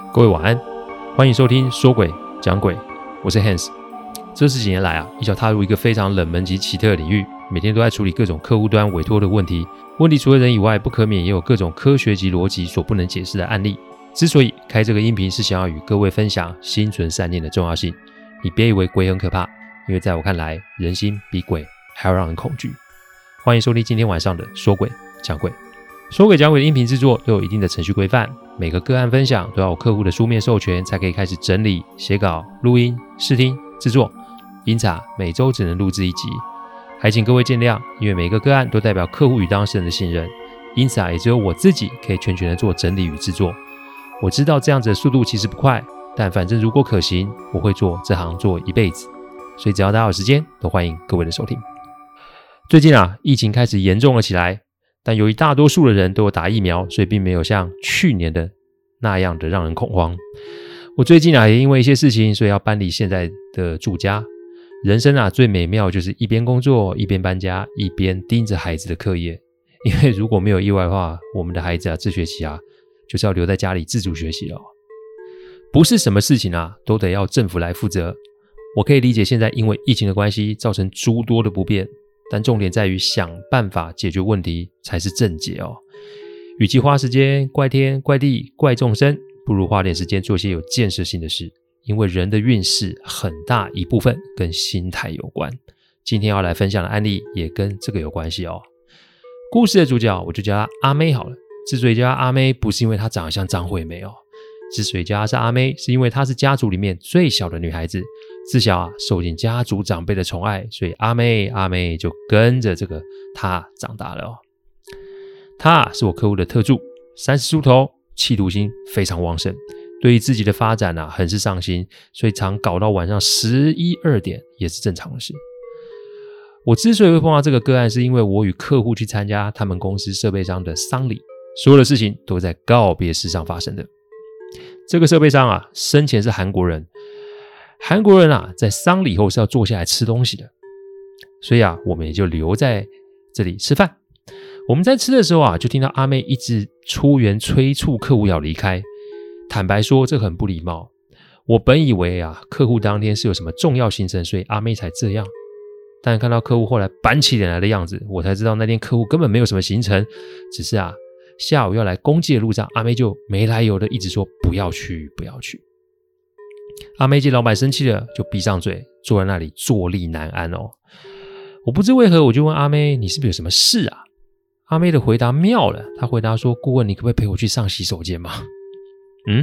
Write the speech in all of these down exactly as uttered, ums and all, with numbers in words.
各位晚安，欢迎收听说鬼讲鬼，我是 Hans。 这十几年来啊，一脚踏入一个非常冷门及奇特的领域，每天都在处理各种客户端委托的问题。问题除了人以外，不可免也有各种科学及逻辑所不能解释的案例。之所以开这个音频，是想要与各位分享心存善念的重要性。你别以为鬼很可怕，因为在我看来，人心比鬼还要让人恐惧。欢迎收听今天晚上的说鬼讲鬼。说鬼讲鬼的音频制作都有一定的程序规范，每个个案分享都要有客户的书面授权才可以开始整理、写稿、录音、试听、制作，因此啊，每周只能录制一集，还请各位见谅，因为每个个案都代表客户与当事人的信任，因此啊，也只有我自己可以全权的做整理与制作。我知道这样子的速度其实不快，但反正如果可行，我会做这行做一辈子，所以只要大家有时间，都欢迎各位的收听。最近啊，疫情开始严重了起来，但由于大多数的人都有打疫苗，所以并没有像去年的那样的让人恐慌。我最近啊，也因为一些事情，所以要搬离现在的住家。人生啊，最美妙就是一边工作，一边搬家，一边盯着孩子的课业。因为如果没有意外的话，我们的孩子啊，这学期啊，就是要留在家里自主学习了。不是什么事情啊，都得要政府来负责。我可以理解现在因为疫情的关系，造成诸多的不便。但重点在于想办法解决问题才是正解哦。与其花时间怪天怪地怪众生，不如花点时间做些有建设性的事。因为人的运势很大一部分跟心态有关。今天要来分享的案例也跟这个有关系哦。故事的主角我就叫她阿妹好了。之所以叫她阿妹，不是因为她长得像张惠妹哦。之所以叫她是阿妹，是因为她是家族里面最小的女孩子。自小啊，受尽家族长辈的宠爱，所以阿妹阿妹就跟着这个她长大了哦。她是我客户的特助，三十出头，企图心非常旺盛，对于自己的发展啊很是上心，所以常搞到晚上十一二点也是正常的事。我之所以会碰到这个个案，是因为我与客户去参加他们公司设备商的丧礼，所有的事情都在告别式上发生的。这个设备商啊，生前是韩国人。韩国人啊，在丧礼后是要坐下来吃东西的，所以啊，我们也就留在这里吃饭。我们在吃的时候啊，就听到阿妹一直出言催促客户要离开。坦白说，这很不礼貌。我本以为啊，客户当天是有什么重要行程，所以阿妹才这样。但看到客户后来板起脸来的样子，我才知道那天客户根本没有什么行程，只是啊，下午要来公祭的路上，阿妹就没来由的一直说不要去，不要去。阿妹见老板生气了，就闭上嘴，坐在那里坐立难安哦。我不知为何，我就问阿妹，你是不是有什么事啊？阿妹的回答妙了，她回答说，顾问，你可不可以陪我去上洗手间嘛？嗯，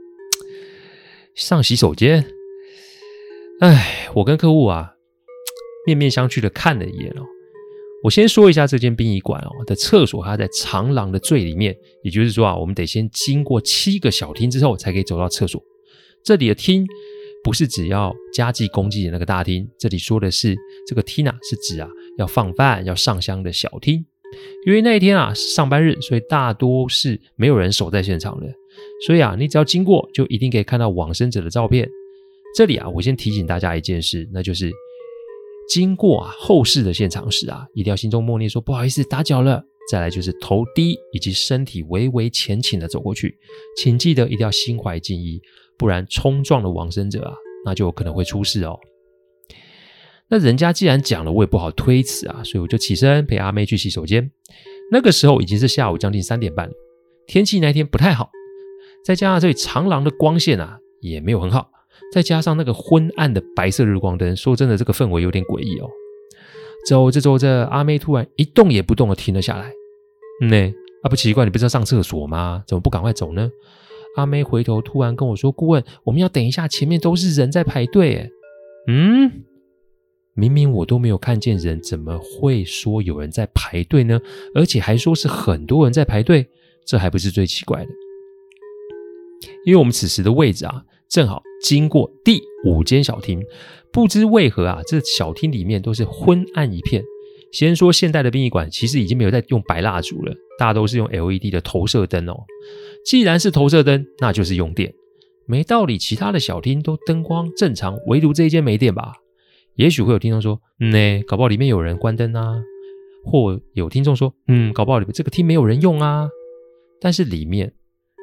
上洗手间？哎，我跟客户啊面面相觑的看了一眼哦。我先说一下这间殡仪馆哦的厕所，它在长廊的最里面，也就是说啊，我们得先经过七个小厅之后，才可以走到厕所。这里的厅不是指要家祭公祭的那个大厅，这里说的是这个厅啊，是指啊要放饭要上香的小厅。因为那一天啊是上班日，所以大多是没有人守在现场的，所以啊你只要经过就一定可以看到往生者的照片。这里啊我先提醒大家一件事，那就是经过啊后事的现场时啊，一定要心中默念说不好意思打搅了。再来就是头低以及身体微微前倾的走过去，请记得一定要心怀敬意，不然冲撞了往生者啊，那就有可能会出事哦。那人家既然讲了，我也不好推辞啊，所以我就起身陪阿妹去洗手间。那个时候已经是下午将近三点半了，天气那天不太好，再加上这里长廊的光线啊也没有很好，再加上那个昏暗的白色日光灯，说真的这个氛围有点诡异哦。走着走着，阿妹突然一动也不动的停了下来。嗯呢，啊不奇怪，你不是要上厕所吗？怎么不赶快走呢？阿妹回头突然跟我说，顾问，我们要等一下，前面都是人在排队耶。嗯，明明我都没有看见人，怎么会说有人在排队呢？而且还说是很多人在排队，这还不是最奇怪的。因为我们此时的位置啊，正好经过第五间小厅，不知为何啊，这小厅里面都是昏暗一片。先说现代的殡仪馆其实已经没有在用白蜡烛了，大家都是用 L E D 的投射灯哦。既然是投射灯，那就是用电，没道理其他的小厅都灯光正常，唯独这一间没电吧？也许会有听众说，嗯呢，搞不好里面有人关灯啊，或有听众说，嗯，搞不好这个厅没有人用啊。但是里面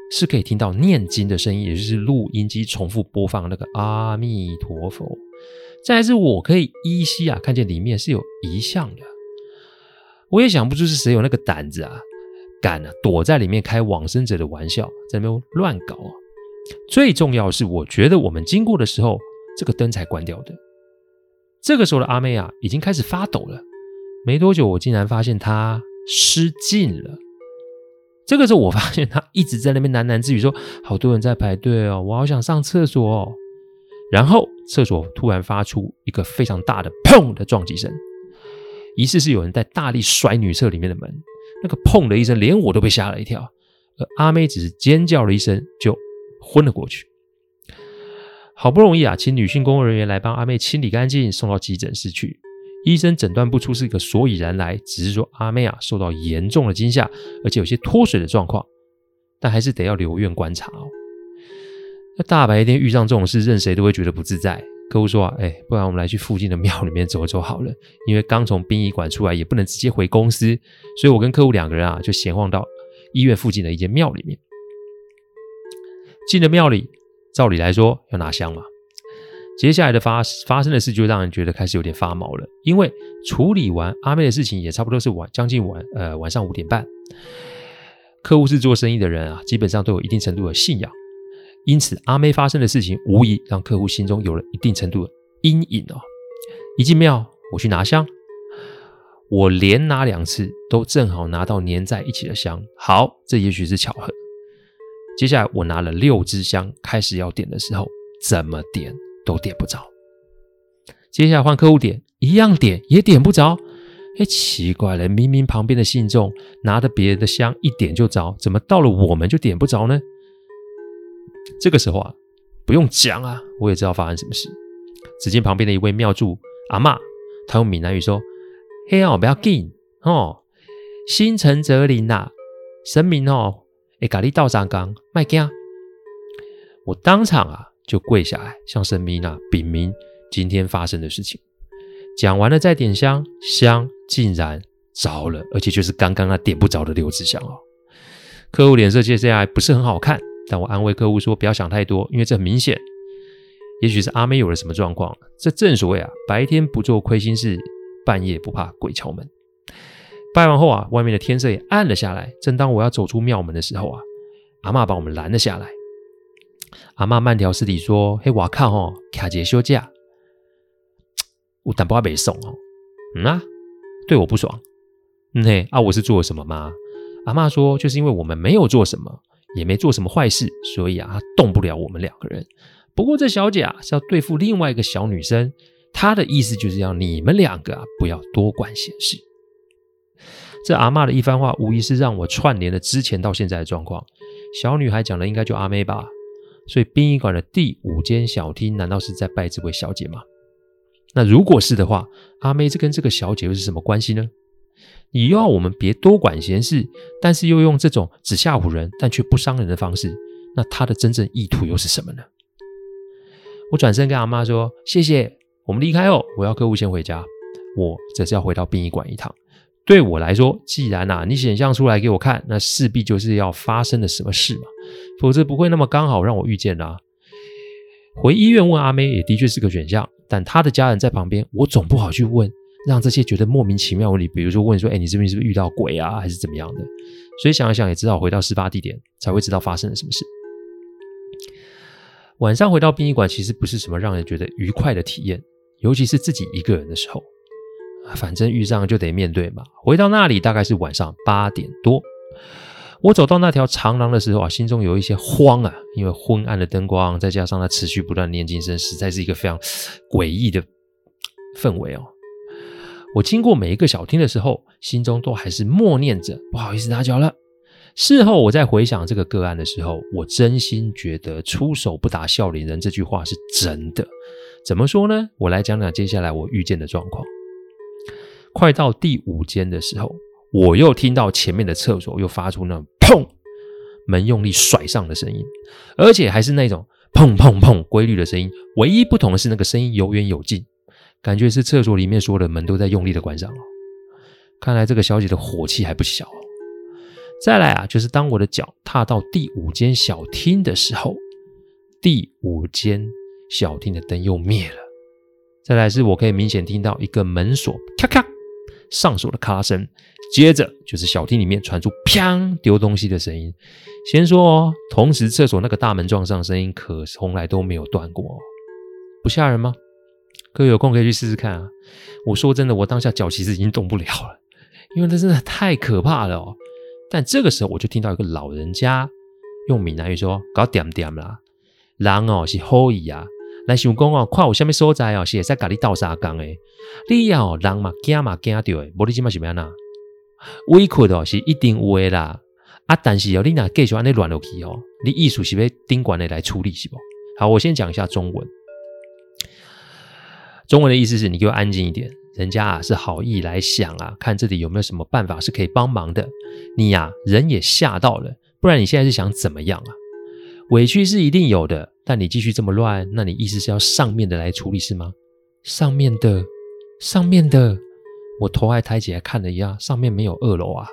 是可以听到念经的声音，也就是录音机重复播放那个阿弥陀佛。再来是我可以依稀啊看见里面是有遗像的，我也想不出是谁有那个胆子啊，敢啊躲在里面开往生者的玩笑，在那边乱搞啊。最重要的是，我觉得我们经过的时候，这个灯才关掉的。这个时候的阿妹啊，已经开始发抖了。没多久，我竟然发现她失禁了。这个时候，我发现她一直在那边喃喃自语说：“好多人在排队哦，我好想上厕所哦。”然后厕所突然发出一个非常大的砰的撞击声，疑似是有人在大力甩女厕里面的门。那个砰的一声，连我都被吓了一跳。而阿妹只是尖叫了一声，就昏了过去。好不容易啊，请女性工作人员来帮阿妹清理干净，送到急诊室去。医生诊断不出是一个所以然来，只是说阿妹啊受到严重的惊吓，而且有些脱水的状况，但还是得要留院观察哦。那大白天遇上这种事，任谁都会觉得不自在。客户说啊，哎，不然我们来去附近的庙里面走一走好了，因为刚从殡仪馆出来，也不能直接回公司，所以我跟客户两个人啊就闲晃到医院附近的一间庙里面。进了庙里，照理来说要拿香嘛。接下来的 发, 发生的事就让人觉得开始有点发毛了，因为处理完阿妹的事情也差不多是晚将近晚呃晚上五点半。客户是做生意的人啊，基本上都有一定程度的信仰，因此阿妹发生的事情无疑让客户心中有了一定程度的阴影哦。一进庙，我去拿香，我连拿两次都正好拿到粘在一起的香，好，这也许是巧合。接下来我拿了六支香，开始要点的时候，怎么点都点不着。接下来换客户点，一样点也点不着。哎，奇怪了，明明旁边的信众拿着别人的香一点就着，怎么到了我们就点不着呢？这个时候啊，不用讲啊，我也知道发生什么事。只见旁边的一位庙祝阿嬷，她用闽南语说：“嘿哦，不要紧哦，心诚则灵啦，神明哦。”会给你倒三缸，别怕。我当场啊就跪下来，向神明啊禀明今天发生的事情。讲完了再点香，香竟然着了，而且就是刚刚那点不着的六支香哦。客户脸色接下来不是很好看，但我安慰客户说不要想太多，因为这很明显，也许是阿妹有了什么状况。这正所谓啊，白天不做亏心事，半夜不怕鬼敲门。拜完后啊，外面的天色也暗了下来。正当我要走出庙门的时候啊，阿嬷把我们拦了下来。阿嬷慢条斯理说：“嘿，我靠哦，卡节休假，我淡薄没送哦。嗯啊，对我不爽。嗯嘿，啊，我是做了什么吗？”阿嬷说：“就是因为我们没有做什么，也没做什么坏事，所以啊，她动不了我们两个人。不过这小姐啊是要对付另外一个小女生，她的意思就是要你们两个啊不要多管闲事。”这阿嬷的一番话无疑是让我串联了之前到现在的状况。小女孩讲的应该就阿妹吧，所以殡仪馆的第五间小厅难道是在拜这位小姐吗？那如果是的话，阿妹这跟这个小姐又是什么关系呢？你又要我们别多管闲事，但是又用这种只吓唬人但却不伤人的方式，那她的真正意图又是什么呢？我转身跟阿嬷说：“谢谢，我们离开后，我要客户先回家，我则是要回到殡仪馆一趟。对我来说，既然啊你显像出来给我看，那势必就是要发生了什么事嘛，否则不会那么刚好让我遇见啊。”回医院问阿妹也的确是个选项，但她的家人在旁边，我总不好去问让这些觉得莫名其妙的问题，比如说问说：“哎，你这边是不是遇到鬼啊，还是怎么样的？”所以想一想，也只好回到事发地点，才会知道发生了什么事。晚上回到殡仪馆，其实不是什么让人觉得愉快的体验，尤其是自己一个人的时候。反正遇上就得面对嘛。回到那里大概是晚上八点多，我走到那条长廊的时候啊，心中有一些慌啊，因为昏暗的灯光，再加上它持续不断念经声，实在是一个非常诡异的氛围哦。我经过每一个小厅的时候，心中都还是默念着不好意思打搅了。事后我在回想这个个案的时候，我真心觉得出手不打笑脸人这句话是真的。怎么说呢？我来讲讲接下来我遇见的状况。快到第五间的时候，我又听到前面的厕所又发出那种砰门用力甩上的声音，而且还是那种砰砰砰规律的声音，唯一不同的是那个声音有远有近，感觉是厕所里面所有的门都在用力的关上。看来这个小姐的火气还不小。 再来啊，就是当我的脚踏到第五间小厅的时候，第五间小厅的灯又灭了。再来是我可以明显听到一个门锁咔咔上锁的咔声，接着就是小厅里面传出砰丢东西的声音。先说哦，同时厕所那个大门撞上的声音可从来都没有断过哦，不吓人吗？各位有空可以去试试看啊！我说真的，我当下脚其实已经动不了了，因为这真的太可怕了哦。但这个时候我就听到一个老人家用闽南语说：“搞点点啦，人哦是好意啊。”来想讲哦，看有啥物所在哦，是会使甲你斗相共的。你哦，人嘛惊嘛惊到的，无你即马是要安怎？委屈哦是一定有的啦。啊，但是哦，你若继续安尼乱落去哦，你意思是要顶管的来处理是不？好，我先讲一下中文。中文的意思是你给我安静一点，人家啊是好意来想啊，看这里有没有什么办法是可以帮忙的。你呀、啊、人也吓到了，不然你现在是想怎么样啊？委屈是一定有的，但你继续这么乱，那你意思是要上面的来处理是吗？上面的，上面的，我头还抬起来看了一下，上面没有二楼啊。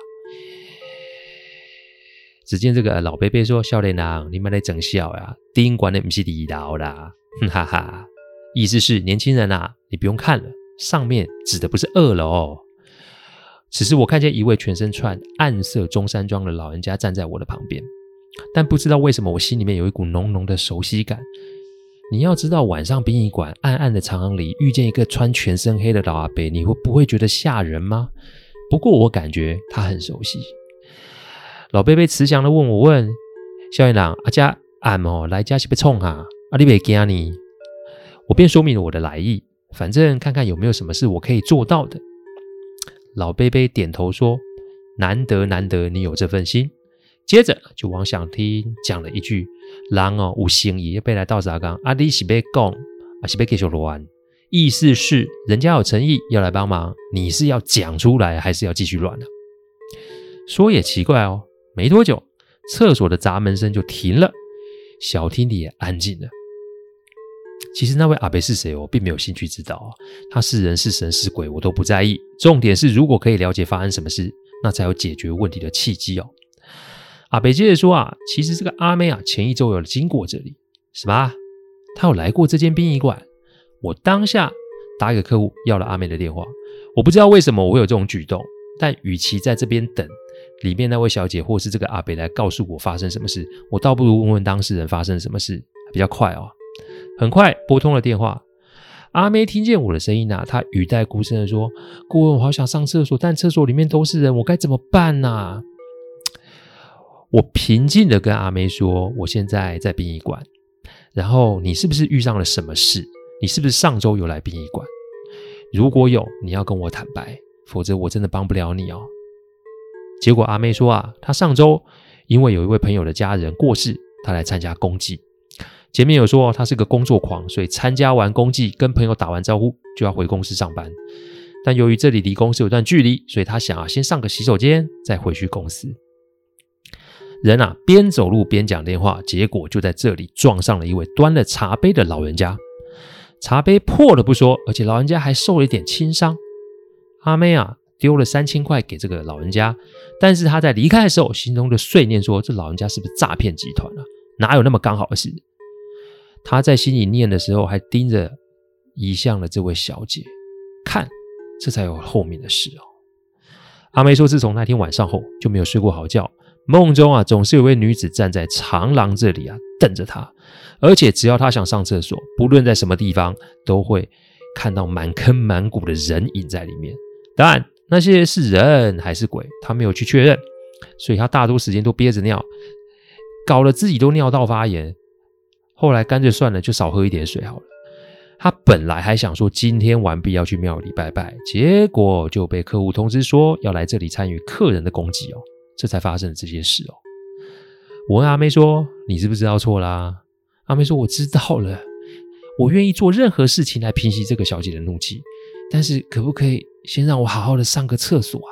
只见这个老伯伯说：“少年人，你们在整笑呀，顶管的不是二楼啦，哼哈哈。”意思是年轻人啊，你不用看了，上面指的不是二楼。此时我看见一位全身穿暗色中山装的老人家站在我的旁边。但不知道为什么我心里面有一股浓浓的熟悉感。你要知道晚上殡仪馆暗暗的长廊里遇见一个穿全身黑的老阿伯，你会不会觉得吓人吗？不过我感觉他很熟悉。老伯伯慈祥的问我问少年人啊，这暗哦来这是要创啊，啊你不怕呢？我便说明了我的来意，反正看看有没有什么事我可以做到的。老伯伯点头说：难得难得你有这份心。接着就往想听讲了一句：人哦有诚意要来斗相共，啊你是要讲还是要继续乱？意思是人家有诚意要来帮忙，你是要讲出来还是要继续乱呢、啊？说也奇怪哦，没多久厕所的闸门声就停了，小厅里也安静了。其实那位阿伯是谁我并没有兴趣知道、哦、他是人是神是鬼我都不在意，重点是如果可以了解发生什么事，那才有解决问题的契机哦。阿北接着说啊，其实这个阿妹啊，前一周有经过这里，什么？她有来过这间殡仪馆。我当下打给客户要了阿妹的电话，我不知道为什么我会有这种举动，但与其在这边等里面那位小姐或是这个阿北来告诉我发生什么事，我倒不如问问当事人发生什么事，比较快哦。很快拨通了电话，阿妹听见我的声音啊，她语带哭声的说：顾问，我好想上厕所，但厕所里面都是人，我该怎么办啊？我平静的跟阿妹说，我现在在殡仪馆，然后你是不是遇上了什么事？你是不是上周有来殡仪馆？如果有，你要跟我坦白，否则我真的帮不了你哦。结果阿妹说啊，她上周因为有一位朋友的家人过世，她来参加公祭。前面有说她是个工作狂，所以参加完公祭跟朋友打完招呼就要回公司上班，但由于这里离公司有段距离，所以她想要先上个洗手间再回去公司。人啊，边走路边讲电话，结果就在这里撞上了一位端了茶杯的老人家。茶杯破了不说，而且老人家还受了一点轻伤。阿妹啊，丢了三千块给这个老人家，但是他在离开的时候，心中就碎念说：这老人家是不是诈骗集团啊？哪有那么刚好的事？他在心里念的时候，还盯着移向了这位小姐，看，这才有后面的事哦。阿妹说，自从那天晚上后，就没有睡过好觉。梦中啊，总是有位女子站在长廊这里啊，瞪着她，而且只要她想上厕所，不论在什么地方，都会看到满坑满谷的人影在里面。当然，那些是人还是鬼，她没有去确认，所以她大多时间都憋着尿，搞得自己都尿道发炎。后来干脆算了，就少喝一点水好了。她本来还想说今天完毕要去庙里拜拜，结果就被客户通知说要来这里参与客人的公祭哦。这才发生了这些事哦。我问阿妹说，你知不知道错啦？阿妹说，我知道了，我愿意做任何事情来平息这个小姐的怒气，但是可不可以先让我好好的上个厕所啊？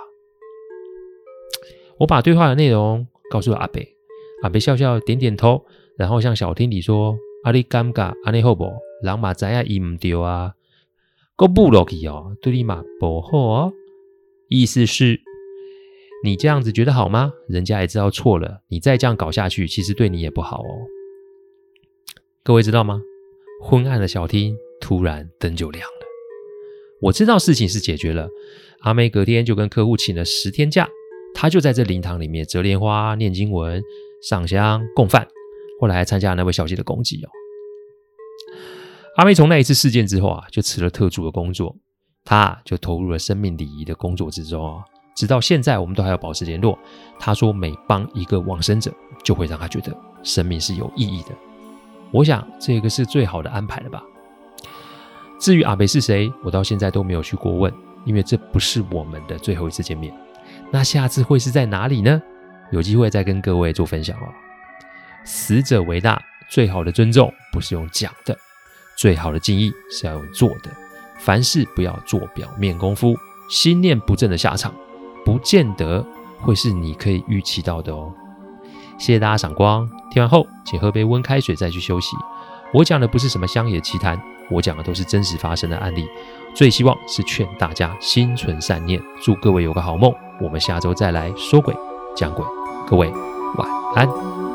我把对话的内容告诉了阿北，阿北笑笑点点头，然后向小厅里说：啊你感觉安尼好不好？人嘛知道伊不对啊，还补下去哦，对你嘛不好哦。意思是你这样子觉得好吗？人家也知道错了，你再这样搞下去，其实对你也不好哦。各位知道吗？昏暗的小厅突然灯就亮了。我知道事情是解决了，阿妹隔天就跟客户请了十天假，她就在这灵堂里面折莲花、念经文、上香、供饭，后来还参加了那位小姐的公祭哦。阿妹从那一次事件之后啊，就辞了特助的工作，她就投入了生命礼仪的工作之中哦。直到现在我们都还要保持联络。她说每帮一个往生者，就会让她觉得生命是有意义的。我想这个是最好的安排了吧。至于阿北是谁，我到现在都没有去过问，因为这不是我们的最后一次见面。那下次会是在哪里呢？有机会再跟各位做分享哦。死者为大，最好的尊重不是用讲的，最好的敬意是要用做的。凡事不要做表面功夫，心念不正的下场，不见得会是你可以预期到的哦。谢谢大家赏光，听完后请喝杯温开水再去休息。我讲的不是什么乡野奇谈，我讲的都是真实发生的案例，最希望是劝大家心存善念，祝各位有个好梦。我们下周再来说鬼讲鬼，各位晚安。